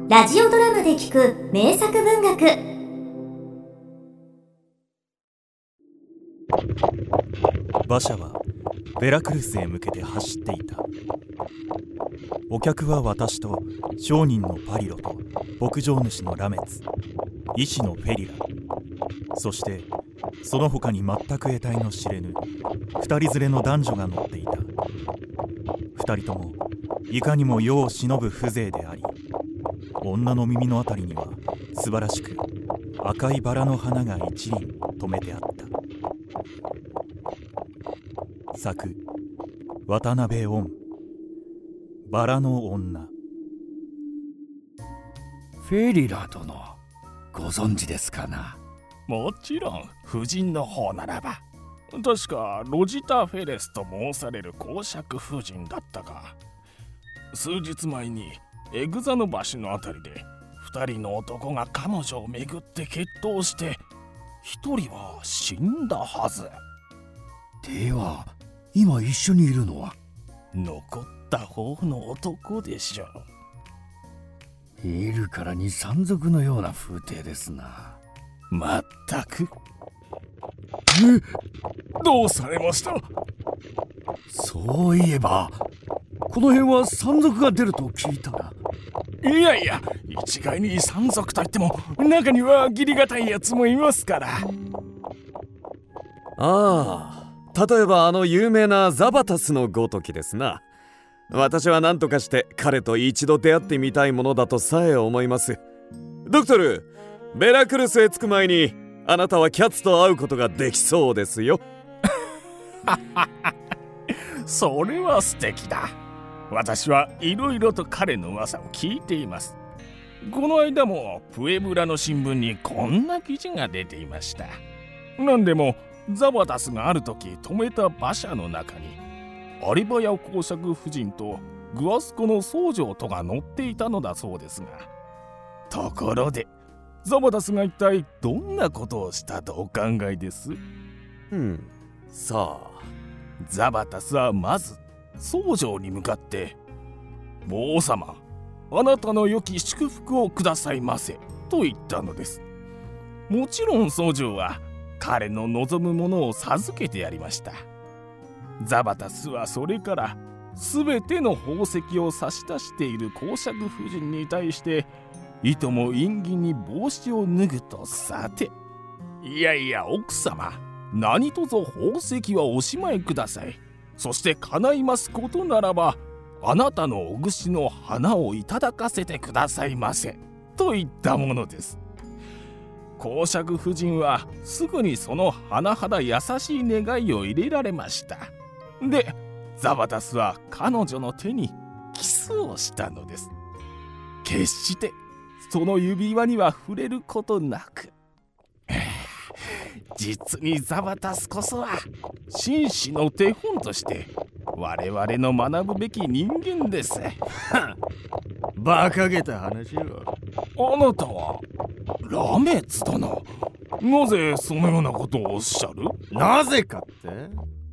ラジオドラマで聞く名作文学。 馬車はベラクルスへ向けて走っていた。お客は私と商人のパリロと牧場主のラメツ、医師のフェリラ、そしてその他に全く得体の知れぬ二人連れの男女が乗っていた。二人ともいかにも世を忍ぶ風情であり、女の耳のあたりには素晴らしく赤いバラの花が一輪留めてあった。作渡辺恩、バラの女。 フェリラ殿、ご存知ですかな？ もちろん夫人の方ならば、確かロジタ・フェレスと申される公爵夫人だったが、数日前にエグザの橋のあたりで2人の男が彼女をめぐって決闘して、1人は死んだはず。 では今一緒にいるのは残った方の男でしょう。 いるからに山賊のような風体ですな。 まったく。どうされました？ そういえばこの辺は山賊が出ると聞いたが。 いやいや、一概に山賊といっても中には義理がたいやつもいますから。 ああ、例えばあの有名なザバタスのごときですな。私は何とかして彼と一度出会ってみたいものだとさえ思います。ドクトル、ベラクルスへ着く前にあなたはキャッツと会うことができそうですよ。 それは素敵だ。私はいろいろと彼の噂を聞いています。この間もプエブラの新聞にこんな記事が出ていました。なんでもザバタスがある時止めた馬車の中にアリバヤ公爵夫人とグアスコの僧正とが乗っていたのだそうですが、ところでザバタスが一体どんなことをしたとお考えです？ さあ、 ザバタスはまず僧正に向かって、王様、あなたの良き祝福をくださいませと言ったのです。もちろん僧正は彼の望むものを授けてやりました。ザバタスはそれからすべての宝石を差し出している公爵夫人に対して、いとも陰儀に帽子を脱ぐとさて、いやいや奥様、何とぞ宝石はおしまいください。そして叶いますことならば、あなたのお串の花をいただかせてくださいませといったものです。公爵夫人はすぐにその甚だ優しい願いを入れられました。で、ザバタスは彼女の手にキスをしたのです。決してその指輪には触れることなく。実にザバタスこそは紳士の手本として我々の学ぶべき人間です。 馬鹿げた話よ。 あなたはラメツ殿、なぜそのようなことをおっしゃる？ なぜかって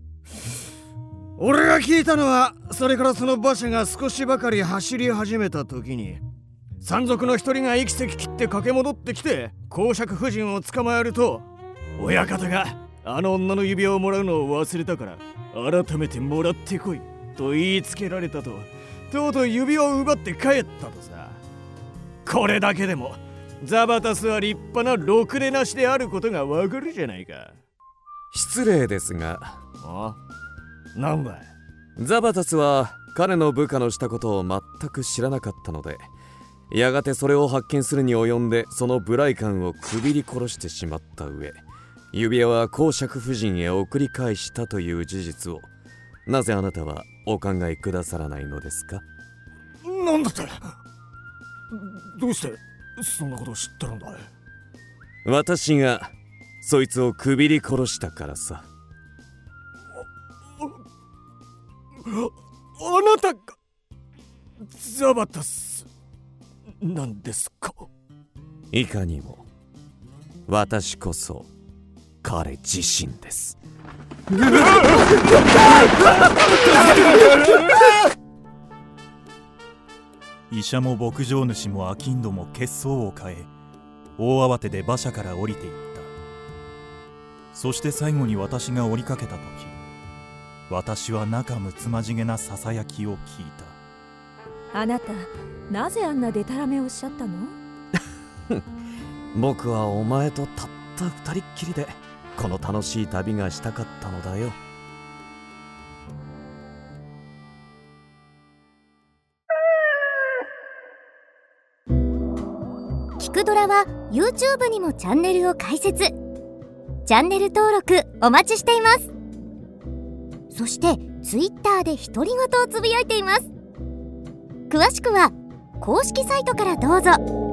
俺が聞いたのは、それからその馬車が少しばかり走り始めた時に、山賊の一人が息せき切って駆け戻ってきて公爵夫人を捕まえると、親方があの女の指輪をもらうのを忘れたから改めてもらってこいと言いつけられたと、とうとう指輪を奪って帰ったとさ。これだけでもザバタスは立派なろくでなしであることがわかるじゃないか。 失礼ですが。 あ？なんだい？ ザバタスは彼の部下のしたことを全く知らなかったので、やがてそれを発見するに及んでその無頼漢をくびり殺してしまった上、指輪は公爵夫人へ送り返したという事実を、なぜあなたはお考えくださらないのですか？ なんだって？どうしてそんなことを知ってるんだい？ 私がそいつをくびり殺したからさ。 あなたがザバタスなんですか？ いかにも私こそ彼自身です。 医者も牧場主も商人も血相を変え、大慌てで馬車から降りていった。そして最後に私が降りかけた時、私は仲睦まじげなささやきを聞いた。あなた、なぜあんなデタラメをおっしゃったの？ 僕はお前とたった二人っきりでこの楽しい旅がしたかったのだよ。 聞くドラは YouTube にもチャンネルを開設。チャンネル登録お待ちしています。そして Twitter で独り言をつぶやいています。詳しくは公式サイトからどうぞ。